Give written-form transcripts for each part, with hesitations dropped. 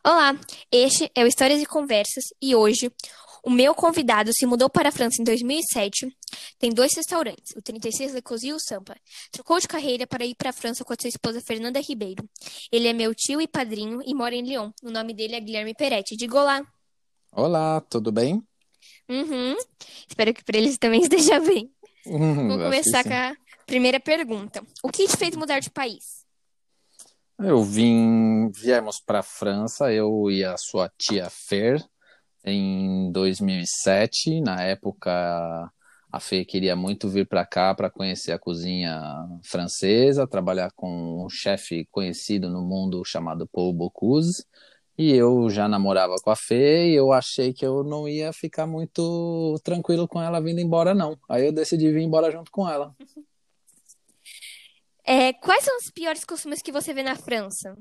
Olá, este é o Histórias e Conversas e hoje o meu convidado se mudou para a França em 2007. Tem dois restaurantes, o 36 Le Cosy e o Sampa. Trocou de carreira para ir para a França com a sua esposa Fernanda Ribeiro. Ele é meu tio e padrinho e mora em Lyon. O nome dele é Guilherme Peretti. Diga olá. Olá, tudo bem? Uhum. Espero que para eles também esteja bem. Vou Acho que começar com sim. a primeira pergunta. O que te fez mudar de país? Viemos para a França, eu e a sua tia Fer, em 2007. Na época, a Fê queria muito vir para cá para conhecer a cozinha francesa, trabalhar com um chefe conhecido no mundo chamado Paul Bocuse. E eu já namorava com a Fê e eu achei que eu não ia ficar muito tranquilo com ela vindo embora, não. Aí eu decidi vir embora junto com ela. Quais são os piores costumes que você vê na França?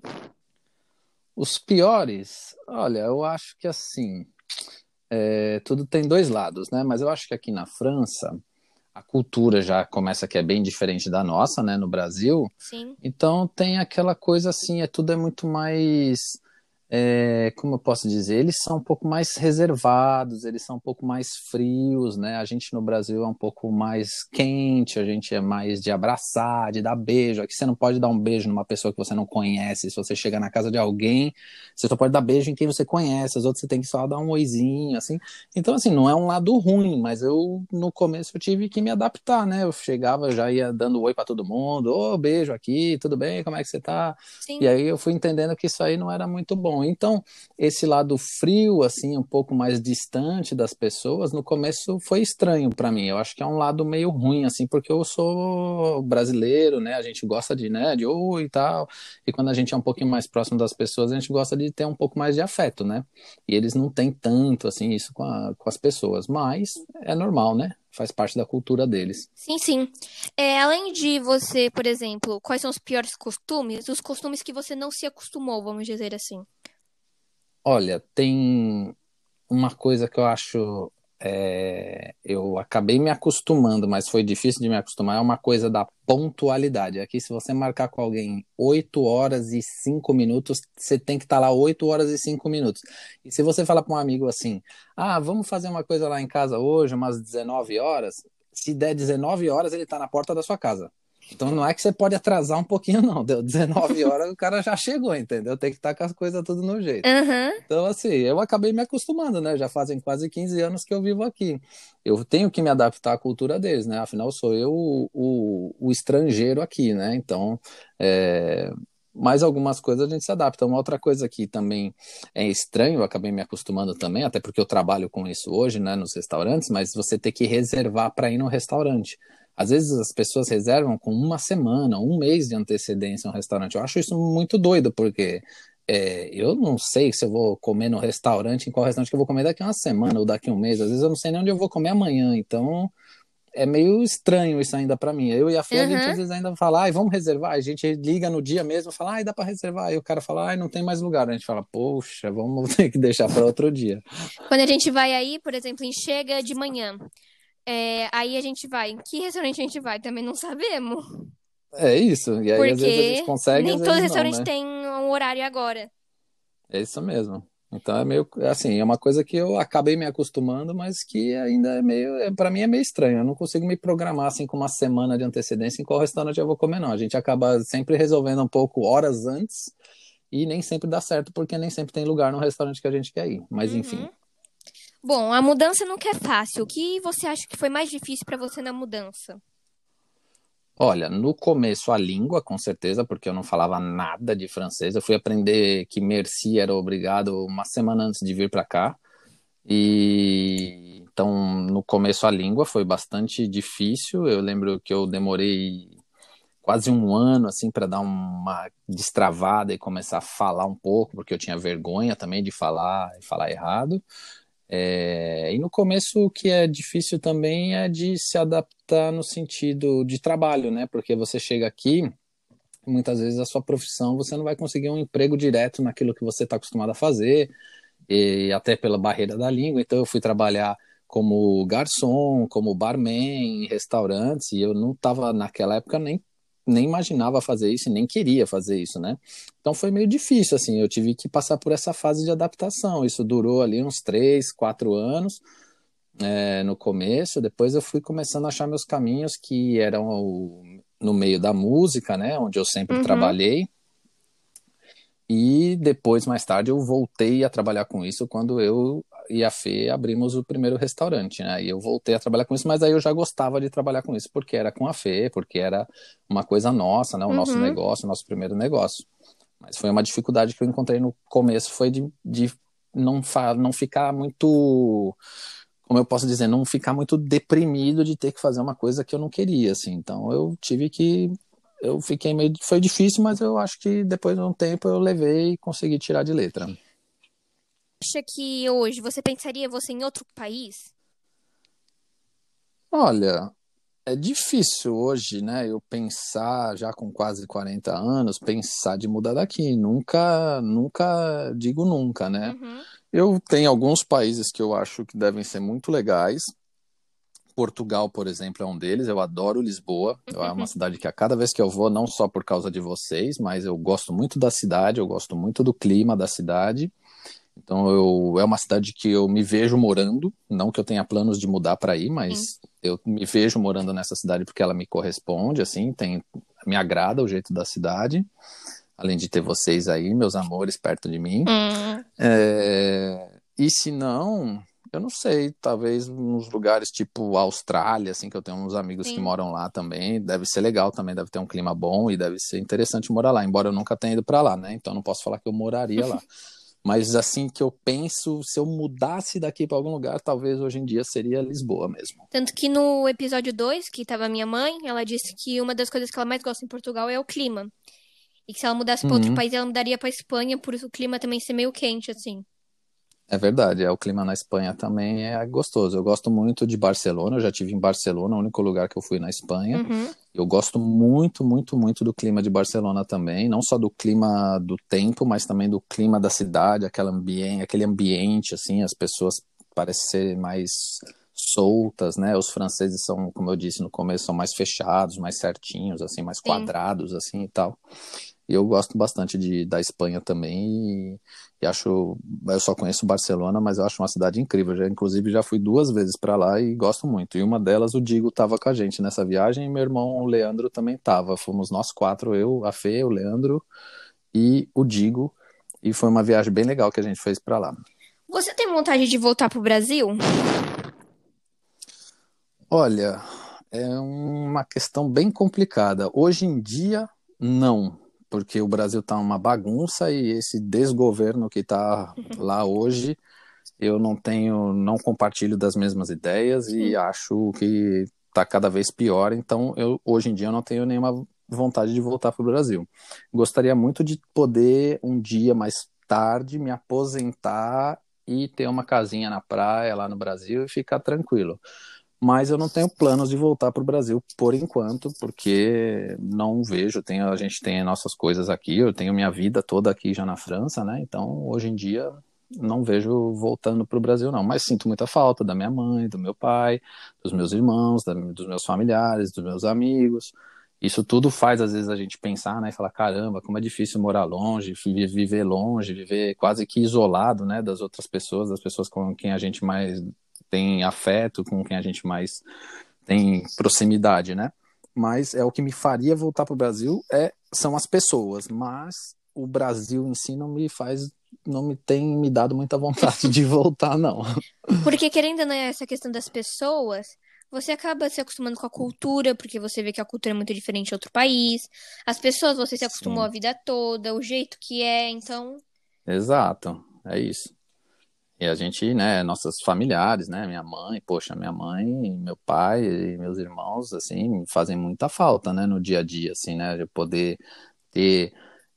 Os piores, olha, eu acho que assim, tudo tem dois lados, né? Mas eu acho que aqui na França, a cultura já começa que é bem diferente da nossa, né? No Brasil. Sim. Então tem aquela coisa assim, tudo é muito mais como eu posso dizer, eles são um pouco mais reservados, eles são um pouco mais frios, né? A gente no Brasil é um pouco mais quente, a gente é mais de abraçar, de dar beijo. Aqui você não pode dar um beijo numa pessoa que você não conhece. Se você chega na casa de alguém, você só pode dar beijo em quem você conhece, os outros você tem que só dar um oizinho, assim. Então, assim, não é um lado ruim, mas eu no começo eu tive que me adaptar, né? Eu chegava, eu já ia dando oi para todo mundo, ô, beijo aqui, tudo bem? Como é que você tá? E Sim. aí eu fui entendendo que isso aí não era muito bom. Então, esse lado frio, assim, um pouco mais distante das pessoas, no começo foi estranho para mim. Eu acho que é um lado meio ruim, assim, porque eu sou brasileiro, né? A gente gosta de, né, de oi e tal. E quando a gente é um pouquinho mais próximo das pessoas, a gente gosta de ter um pouco mais de afeto, né? E eles não têm tanto, assim, isso com as pessoas. Mas é normal, né? Faz parte da cultura deles. Sim, sim. Além de você, por exemplo, quais são os piores costumes? Os costumes que você não se acostumou, vamos dizer assim. Olha, tem uma coisa que eu acho, eu acabei me acostumando, mas foi difícil de me acostumar, é uma coisa da pontualidade. Aqui, se você marcar com alguém 8 horas e 5 minutos, você tem que estar lá 8 horas e 5 minutos. E se você falar para um amigo assim, vamos fazer uma coisa lá em casa hoje, umas 19 horas, se der 19 horas, ele está na porta da sua casa. Então não é que você pode atrasar um pouquinho, não. Deu 19 horas, o cara já chegou, entendeu? Tem que estar com as coisas tudo no jeito. Aham, Então, assim, eu acabei me acostumando, né? Já fazem quase 15 anos que eu vivo aqui. Eu tenho que me adaptar à cultura deles, né? Afinal, sou eu o estrangeiro aqui, né? Então, é... mais algumas coisas a gente se adapta. Uma outra coisa que também é estranho, eu acabei me acostumando também, até porque eu trabalho com isso hoje, né, nos restaurantes, mas você ter que reservar para ir no restaurante. Às vezes as pessoas reservam com uma semana, um mês de antecedência um restaurante. Eu acho isso muito doido, porque eu não sei se eu vou comer no restaurante, em qual restaurante que eu vou comer daqui a uma semana ou daqui a um mês. Às vezes eu não sei nem onde eu vou comer amanhã. Então é meio estranho isso ainda para mim. Eu e a Fê, a gente às aham. vezes ainda fala, vamos reservar. A gente liga no dia mesmo, fala, dá para reservar. Aí o cara fala, não tem mais lugar. A gente fala, poxa, vamos ter que deixar para outro dia. Quando a gente vai aí, por exemplo, e chega de manhã, aí a gente vai. Em que restaurante a gente vai? Também não sabemos. É isso. E aí às vezes a gente Porque consegue, nem às todo vezes não, restaurante né? tem um horário agora. É isso mesmo. Então é meio assim, é uma coisa que eu acabei me acostumando, mas que ainda é meio, para mim é meio estranho. Eu não consigo me programar assim com uma semana de antecedência em qual restaurante eu vou comer, não. A gente acaba sempre resolvendo um pouco horas antes e nem sempre dá certo porque nem sempre tem lugar no restaurante que a gente quer ir. Mas enfim. Uhum. Bom, a mudança nunca é fácil. O que você acha que foi mais difícil pra você na mudança? Olha, no começo a língua, com certeza, porque eu não falava nada de francês. Eu fui aprender que merci era obrigado uma semana antes de vir para cá. E então, no começo a língua foi bastante difícil. Eu lembro que eu demorei quase um ano assim para dar uma destravada e começar a falar um pouco, porque eu tinha vergonha também de falar e falar errado. E no começo o que é difícil também é de se adaptar no sentido de trabalho, né? Porque você chega aqui, muitas vezes a sua profissão você não vai conseguir um emprego direto naquilo que você está acostumado a fazer e até pela barreira da língua. Então eu fui trabalhar como garçom, como barman em restaurantes e eu não estava naquela época nem nem imaginava fazer isso e nem queria fazer isso, né? Então foi meio difícil, assim, eu tive que passar por essa fase de adaptação. Isso durou ali uns 3, 4 anos, no começo. Depois eu fui começando a achar meus caminhos, que eram no meio da música, né? Onde eu sempre Uhum. trabalhei. E depois, mais tarde, eu voltei a trabalhar com isso quando eu e a Fê abrimos o primeiro restaurante, né? E eu voltei a trabalhar com isso, mas aí eu já gostava de trabalhar com isso, porque era com a Fê, porque era uma coisa nossa, né? O nosso Uhum. negócio, o nosso primeiro negócio. Mas foi uma dificuldade que eu encontrei no começo, foi de não ficar muito, como eu posso dizer, não ficar muito deprimido de ter que fazer uma coisa que eu não queria, assim. Então eu fiquei meio, foi difícil, mas eu acho que depois de um tempo eu levei e consegui tirar de letra. Acha que hoje você pensaria você em outro país? Olha, é difícil hoje, né, eu pensar, já com quase 40 anos, pensar de mudar daqui. Nunca, nunca digo nunca, né? Uhum. Eu tenho alguns países que eu acho que devem ser muito legais. Portugal, por exemplo, é um deles. Eu adoro Lisboa. É uma cidade que a cada vez que eu vou, não só por causa de vocês, mas eu gosto muito da cidade, eu gosto muito do clima da cidade. Então, é uma cidade que eu me vejo morando. Não que eu tenha planos de mudar para aí, mas Sim. eu me vejo morando nessa cidade porque ela me corresponde, assim, me agrada o jeito da cidade. Além de ter vocês aí, meus amores, perto de mim. Hum, E se não, eu não sei, talvez nos lugares tipo Austrália, assim, que eu tenho uns amigos que sim. moram lá também, deve ser legal também, deve ter um clima bom e deve ser interessante morar lá, embora eu nunca tenha ido para lá, né? Então não posso falar que eu moraria lá. Mas assim que eu penso, se eu mudasse daqui para algum lugar, talvez hoje em dia seria Lisboa mesmo. Tanto que no episódio 2 que tava minha mãe, ela disse que uma das coisas que ela mais gosta em Portugal é o clima. E que se ela mudasse pra outro Uhum. país, ela mudaria pra Espanha, por isso o clima também ser meio quente, assim. É verdade, o clima na Espanha também é gostoso. Eu gosto muito de Barcelona, eu já tive em Barcelona, o único lugar que eu fui na Espanha. Uhum. Eu gosto muito, muito, muito do clima de Barcelona também, não só do clima do tempo, mas também do clima da cidade, aquele ambiente, assim, as pessoas parecem ser mais soltas, né? Os franceses são, como eu disse no começo, são mais fechados, mais certinhos, assim, mais Sim. quadrados, assim, e tal. E eu gosto bastante da Espanha também e acho, eu só conheço Barcelona, mas eu acho uma cidade incrível. Inclusive já fui 2 vezes para lá e gosto muito. E uma delas o Digo estava com a gente nessa viagem e meu irmão o Leandro também estava. Fomos nós quatro, eu, a Fê, o Leandro e o Digo. E foi uma viagem bem legal que a gente fez para lá. Você tem vontade de voltar pro Brasil? Olha, é uma questão bem complicada. Hoje em dia, não, porque o Brasil está uma bagunça e esse desgoverno que está lá hoje, eu não compartilho das mesmas ideias e Sim. acho que está cada vez pior. Então, hoje em dia eu não tenho nenhuma vontade de voltar para o Brasil. Gostaria muito de poder um dia mais tarde me aposentar e ter uma casinha na praia lá no Brasil e ficar tranquilo, mas eu não tenho planos de voltar para o Brasil por enquanto, porque não vejo, a gente tem nossas coisas aqui, eu tenho minha vida toda aqui já na França, né? Então, hoje em dia, não vejo voltando para o Brasil, não. Mas sinto muita falta da minha mãe, do meu pai, dos meus irmãos, dos meus familiares, dos meus amigos. Isso tudo faz, às vezes, a gente pensar, né? E falar, caramba, como é difícil morar longe, viver quase que isolado, né? Das outras pessoas, das pessoas com quem a gente mais tem afeto, com quem a gente mais tem proximidade, né? Mas é o que me faria voltar para o Brasil são as pessoas, mas o Brasil em si não me tem me dado muita vontade de voltar, não. Porque, querendo ou não, essa questão das pessoas, você acaba se acostumando com a cultura, porque você vê que a cultura é muito diferente em outro país. As pessoas, você se acostumou a Sim, vida toda, o jeito que é, então. exato, é isso. E a gente, né, nossos familiares, né, minha mãe, poxa, minha mãe, meu pai e meus irmãos, assim, fazem muita falta, né, no dia a dia, assim, né, de poder ter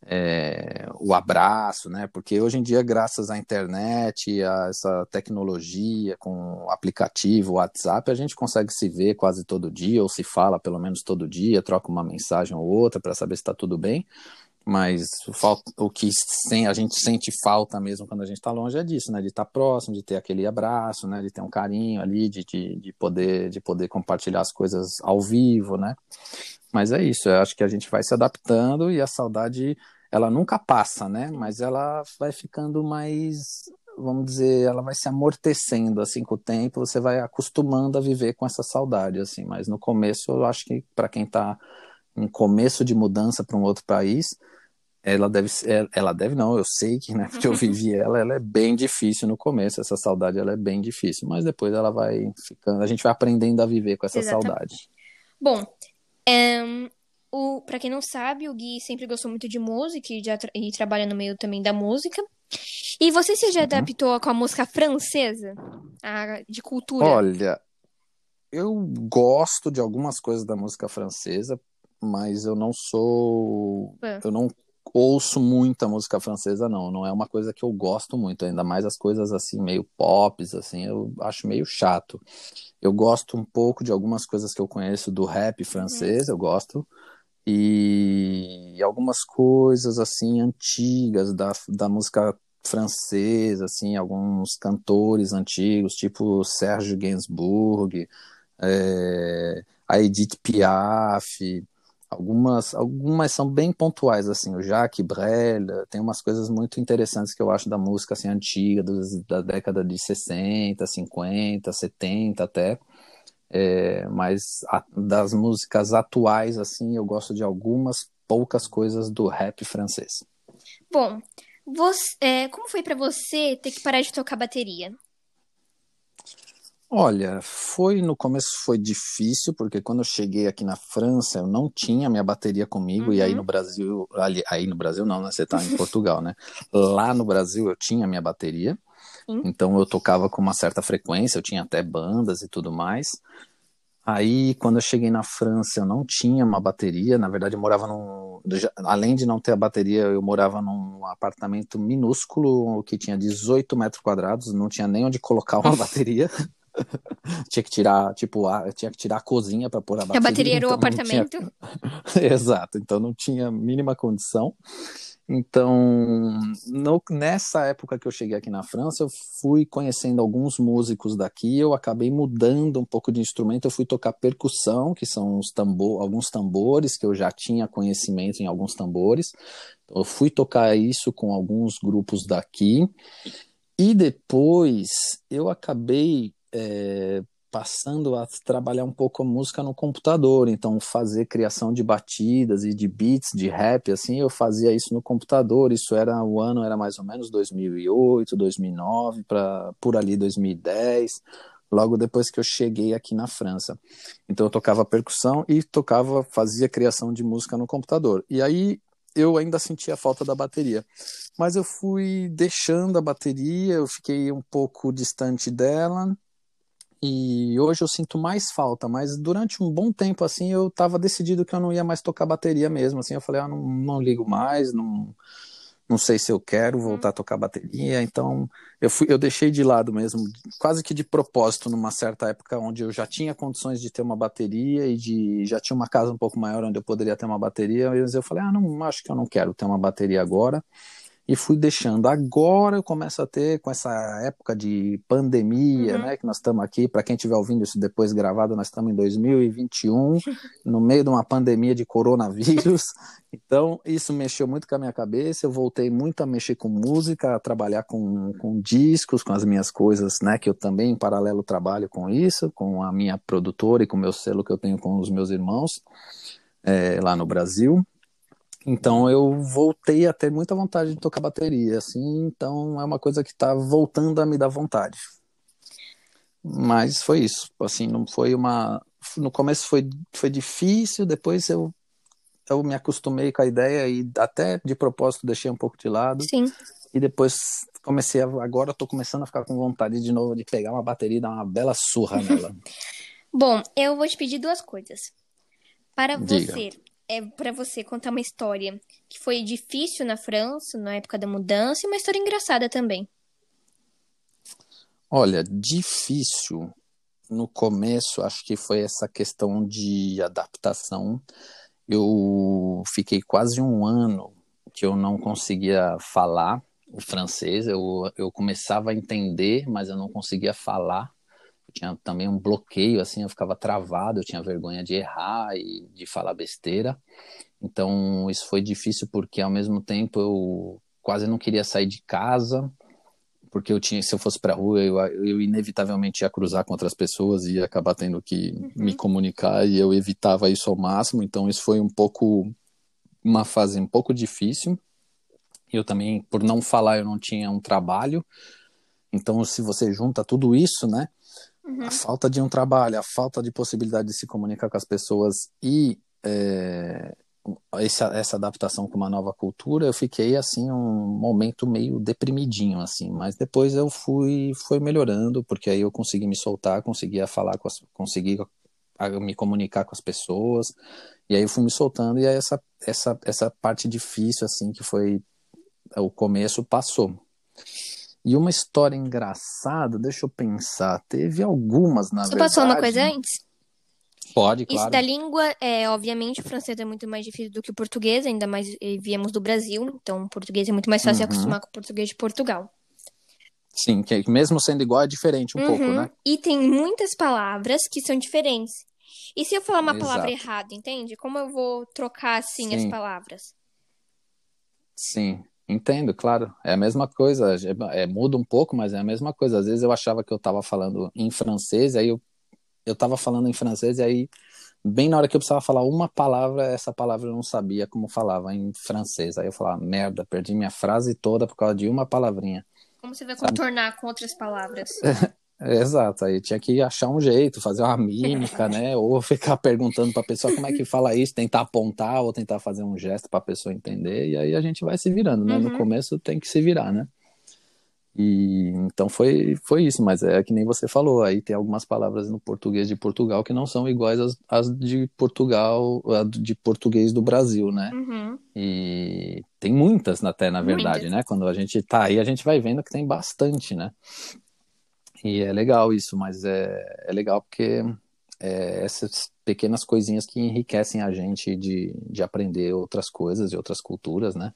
o abraço, né? Porque hoje em dia, graças à internet, a essa tecnologia com o aplicativo, o WhatsApp, a gente consegue se ver quase todo dia, ou se fala pelo menos todo dia, troca uma mensagem ou outra para saber se está tudo bem. Mas o que a gente sente falta mesmo quando a gente está longe é disso, né? De estar próximo, de ter aquele abraço, né? De ter um carinho ali, de poder compartilhar as coisas ao vivo, né? Mas é isso, eu acho que a gente vai se adaptando e a saudade, ela nunca passa, né? Mas ela vai ficando mais, vamos dizer, ela vai se amortecendo assim com o tempo, você vai acostumando a viver com essa saudade, assim. Mas no começo, eu acho que para quem está em começo de mudança para um outro país, ela deve não, eu sei que, né, porque eu vivi ela é bem difícil no começo, essa saudade ela é bem difícil, mas depois ela vai ficando, a gente vai aprendendo a viver com essa Exatamente. saudade. Bom, para quem não sabe, o Gui sempre gostou muito de música e trabalha no meio também da música. E você se já Uhum. adaptou com a música francesa, de cultura? Olha, eu gosto de algumas coisas da música francesa, mas Fã? eu não ouço muita música francesa, não. Não é uma coisa que eu gosto muito, ainda mais as coisas assim, meio pops, assim, eu acho meio chato. Eu gosto um pouco de algumas coisas que eu conheço do rap Uhum. francês, eu gosto, e algumas coisas assim antigas da música francesa, assim, alguns cantores antigos, tipo Serge Gainsbourg, a Edith Piaf, algumas são bem pontuais, assim, o Jacques Brel, tem umas coisas muito interessantes que eu acho da música, assim, antiga, da década de 60, 50, 70 até, mas das músicas atuais, assim, eu gosto de algumas poucas coisas do rap francês. Bom, como foi pra você ter que parar de tocar bateria? Olha, no começo foi difícil, porque quando eu cheguei aqui na França, eu não tinha minha bateria comigo, e aí Uhum. no Brasil, aí no Brasil não, né? Você tá em Portugal, né? Lá no Brasil eu tinha minha bateria, Sim. então eu tocava com uma certa frequência, eu tinha até bandas e tudo mais. Aí, quando eu cheguei na França, eu não tinha uma bateria, na verdade eu morava além de não ter a bateria, eu morava num apartamento minúsculo que tinha 18 metros quadrados, não tinha nem onde colocar uma bateria. Tinha que tirar, tipo, tinha que tirar a cozinha para pôr a A bateria, bateria era o então não tinha. apartamento? Exato, então não tinha mínima condição. Então, nessa época que eu cheguei aqui na França, eu fui conhecendo alguns músicos daqui, eu acabei mudando um pouco de instrumento, eu fui tocar percussão, que são alguns tambores, que eu já tinha conhecimento em alguns tambores. Então, eu fui tocar isso com alguns grupos daqui. E depois eu acabei passando a trabalhar um pouco a música no computador, então fazer criação de batidas e de beats, de rap, assim, eu fazia isso no computador, o ano era mais ou menos 2008, 2009, por ali 2010, logo depois que eu cheguei aqui na França. Então eu tocava percussão e fazia criação de música no computador. E aí eu ainda sentia falta da bateria. Mas eu fui deixando a bateria, eu fiquei um pouco distante dela e hoje eu sinto mais falta, mas durante um bom tempo assim eu estava decidido que eu não ia mais tocar bateria mesmo, assim eu falei, não ligo mais, não sei se eu quero Uhum. voltar a tocar bateria, então eu deixei de lado mesmo, quase que de propósito numa certa época onde eu já tinha condições de ter uma bateria já tinha uma casa um pouco maior onde eu poderia ter uma bateria, mas eu falei, não, acho que eu não quero ter uma bateria agora e fui deixando. Agora eu começo a ter, com essa época de pandemia, Uhum. né, que nós estamos aqui, para quem estiver ouvindo isso depois gravado, nós estamos em 2021, no meio de uma pandemia de coronavírus, então isso mexeu muito com a minha cabeça, eu voltei muito a mexer com música, a trabalhar com discos, com as minhas coisas, né, que eu também em paralelo trabalho com isso, com a minha produtora e com o meu selo que eu tenho com os meus irmãos, lá no Brasil. Então eu voltei a ter muita vontade de tocar bateria, assim, então é uma coisa que está voltando a me dar vontade. Mas foi isso, assim, não foi uma. No começo foi difícil, depois eu me acostumei com a ideia e até de propósito deixei um pouco de lado. Sim. E depois agora estou começando a ficar com vontade de novo de pegar uma bateria e dar uma bela surra nela. Bom, eu vou te pedir duas coisas. Para Diga. você, para você contar uma história que foi difícil na França, na época da mudança, e uma história engraçada também. Olha, difícil no começo, acho que foi essa questão de adaptação. Eu fiquei quase um ano que eu não conseguia falar o francês. Eu começava a entender, mas eu não conseguia falar. Eu tinha também um bloqueio, assim, eu ficava travado, eu tinha vergonha de errar e de falar besteira. Então, isso foi difícil porque, ao mesmo tempo, eu quase não queria sair de casa, porque eu tinha, se eu fosse para a rua, eu inevitavelmente ia cruzar com outras pessoas e ia acabar tendo que me comunicar, e eu evitava isso ao máximo. Então, isso foi uma fase um pouco difícil. Eu também, por não falar, eu não tinha um trabalho. Então, se você junta tudo isso, né? A falta de um trabalho, a falta de possibilidade de se comunicar com as pessoas e essa adaptação com uma nova cultura, eu fiquei, assim, um momento meio deprimidinho, assim. Mas depois eu foi melhorando, porque aí eu consegui me soltar, conseguia falar consegui me comunicar com as pessoas. E aí eu fui me soltando, e aí essa parte difícil, assim, que foi o começo, passou. E uma história engraçada, deixa eu pensar, teve algumas, na Só posso falar uma verdade. coisa antes? Pode, Isso claro. da língua, obviamente, o francês é muito mais difícil do que o português, ainda mais viemos do Brasil, então o português é muito mais fácil de acostumar com o português de Portugal. Sim, que mesmo sendo igual é diferente um pouco, né? E tem muitas palavras que são diferentes. E se eu falar uma palavra Exato. errada, entende? Como eu vou trocar assim as Sim, palavras? sim, entendo, claro. É a mesma coisa, muda um pouco, mas é a mesma coisa. Às vezes eu achava que eu estava falando em francês, aí eu estava falando em francês, e aí, bem na hora que eu precisava falar uma palavra, essa palavra eu não sabia como falava em francês. Aí eu falava, merda, perdi minha frase toda por causa de uma palavrinha. Como você vai Sabe? contornar com outras palavras? Exato, aí tinha que achar um jeito, fazer uma mímica, né? Ou ficar perguntando para a pessoa como é que fala isso, tentar apontar ou tentar fazer um gesto para a pessoa entender, e aí a gente vai se virando, né? No começo tem que se virar, né? E então foi isso, mas é que nem você falou, aí tem algumas palavras no português de Portugal que não são iguais às de Portugal, de português do Brasil, né? E tem muitas até, na verdade, Muitas. né? Quando a gente tá aí, a gente vai vendo que tem bastante, né? E é legal isso, mas é legal porque essas pequenas coisinhas que enriquecem a gente de aprender outras coisas e outras culturas, né?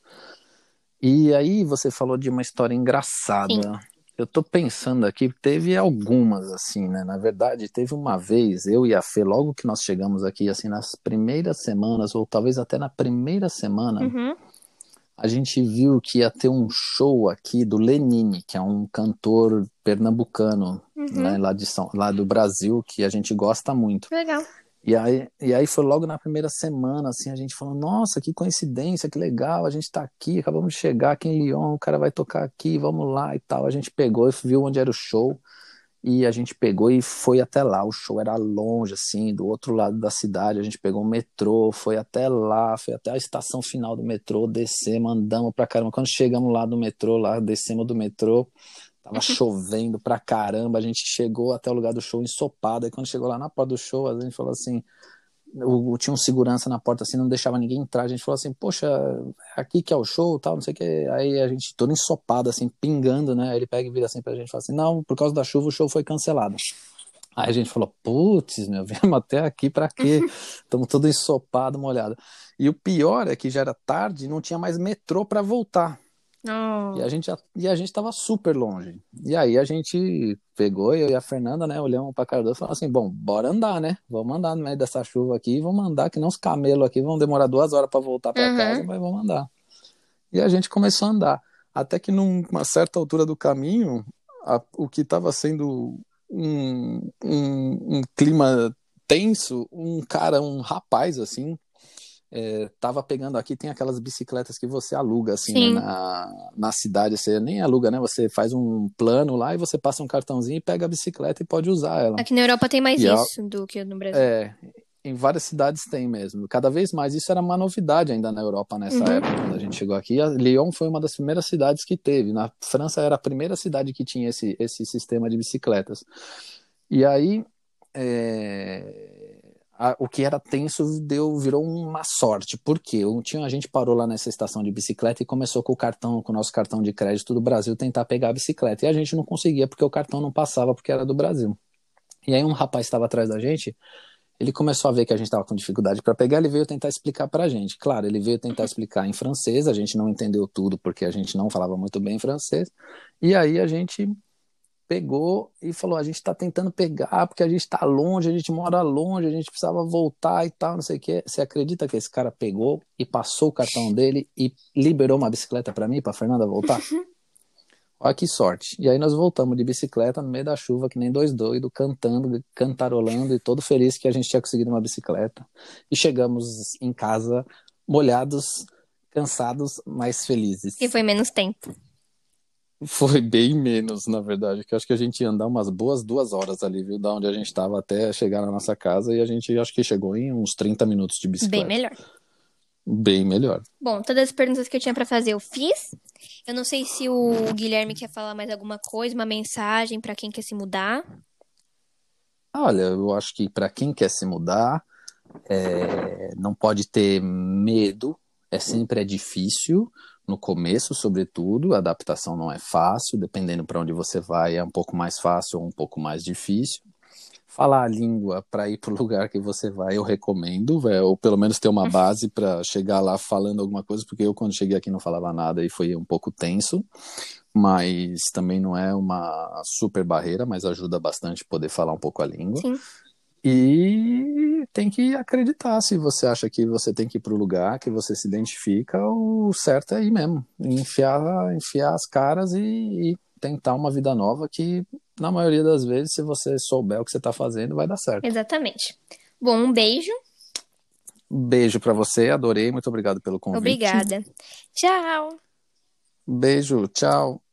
E aí você falou de uma história Sim. engraçada. Eu tô pensando aqui, teve algumas, assim, né? Na verdade, teve uma vez, eu e a Fê, logo que nós chegamos aqui, assim, nas primeiras semanas, ou talvez até na primeira semana, a gente viu que ia ter um show aqui do Lenine, que é um cantor pernambucano, né, lá do Brasil, que a gente gosta muito. Legal. E aí foi logo na primeira semana, assim, a gente falou, nossa, que coincidência, que legal, a gente tá aqui, acabamos de chegar aqui em Lyon, o cara vai tocar aqui, vamos lá e tal. A gente pegou e viu onde era o show, e a gente pegou e foi até lá. O show era longe, assim, do outro lado da cidade. A gente pegou um metrô, foi até lá, foi até a estação final do metrô, descemos, andamos pra caramba. Quando chegamos lá do metrô, lá descemos do metrô, tava chovendo pra caramba. A gente chegou até o lugar do show ensopado. E quando chegou lá na porta do show, a gente falou assim, tinha um segurança na porta assim, não deixava ninguém entrar. A gente falou assim, poxa, aqui que é o show, tal, não sei o que. Aí a gente todo ensopado, assim, pingando, né? Aí ele pega e vira assim pra gente e fala assim, não, por causa da chuva o show foi cancelado. Aí a gente falou, putz, meu, viemos até aqui pra quê? Estamos todo ensopado, molhado. E o pior é que já era tarde e não tinha mais metrô pra voltar. E a gente tava super longe. E aí a gente pegou, eu e a Fernanda, né, olhamos pra cara do outro e falamos assim, bom, bora andar, né? Vamos andar no meio dessa chuva aqui, vamos andar, que nem uns camelos aqui, vão demorar 2 horas pra voltar pra casa, mas vamos andar. E a gente começou a andar. Até que numa certa altura do caminho, o que tava sendo um clima tenso, um rapaz, assim, tava pegando aqui, tem aquelas bicicletas que você aluga, assim, né, Sim. na cidade, você nem aluga, né, você faz um plano lá e você passa um cartãozinho e pega a bicicleta e pode usar ela. Aqui na Europa tem mais E isso do que no Brasil. em várias cidades tem mesmo, cada vez mais, isso era uma novidade ainda na Europa nessa época, quando a gente chegou aqui. A Lyon foi uma das primeiras cidades que teve, na França era a primeira cidade que tinha esse sistema de bicicletas. E aí, o que era tenso virou uma sorte. Por quê? A gente parou lá nessa estação de bicicleta e começou com o nosso cartão de crédito do Brasil, tentar pegar a bicicleta. E a gente não conseguia, porque o cartão não passava, porque era do Brasil. E aí um rapaz estava atrás da gente, ele começou a ver que a gente estava com dificuldade para pegar, ele veio tentar explicar para a gente. Claro, ele veio tentar explicar em francês, a gente não entendeu tudo, porque a gente não falava muito bem francês. E aí a gente pegou e falou: a gente está tentando pegar porque a gente está longe, a gente mora longe, a gente precisava voltar e tal, não sei o quê. Você acredita que esse cara pegou e passou o cartão dele e liberou uma bicicleta para mim, para Fernanda voltar? Olha que sorte. E aí nós voltamos de bicicleta no meio da chuva, que nem dois doidos, cantando, cantarolando e todo feliz que a gente tinha conseguido uma bicicleta. E chegamos em casa molhados, cansados, mas felizes. E foi menos tempo. Foi bem menos, na verdade, que eu acho que a gente ia andar umas boas 2 horas ali, viu, da onde a gente estava até chegar na nossa casa, e a gente acho que chegou em uns 30 minutos de Bem bicicleta. melhor. Bem melhor. Bom, todas as perguntas que eu tinha pra fazer eu fiz. Eu não sei se o Guilherme quer falar mais alguma coisa, uma mensagem pra quem quer se mudar. Olha, eu acho que para quem quer se mudar, não pode ter medo, sempre é difícil, no começo, sobretudo, a adaptação não é fácil, dependendo para onde você vai, é um pouco mais fácil ou um pouco mais difícil. Falar a língua para ir para o lugar que você vai, eu recomendo, ou pelo menos ter uma base para chegar lá falando alguma coisa, porque eu, quando cheguei aqui, não falava nada e foi um pouco tenso, mas também não é uma super barreira, mas ajuda bastante poder falar um pouco a língua. Sim. E tem que acreditar, se você acha que você tem que ir para o lugar, que você se identifica, o certo é ir mesmo, enfiar as caras e tentar uma vida nova que, na maioria das vezes, se você souber o que você está fazendo, vai dar certo. Exatamente. Bom, um beijo. Beijo para você, adorei, muito obrigado pelo convite. Obrigada. Tchau. Beijo, tchau.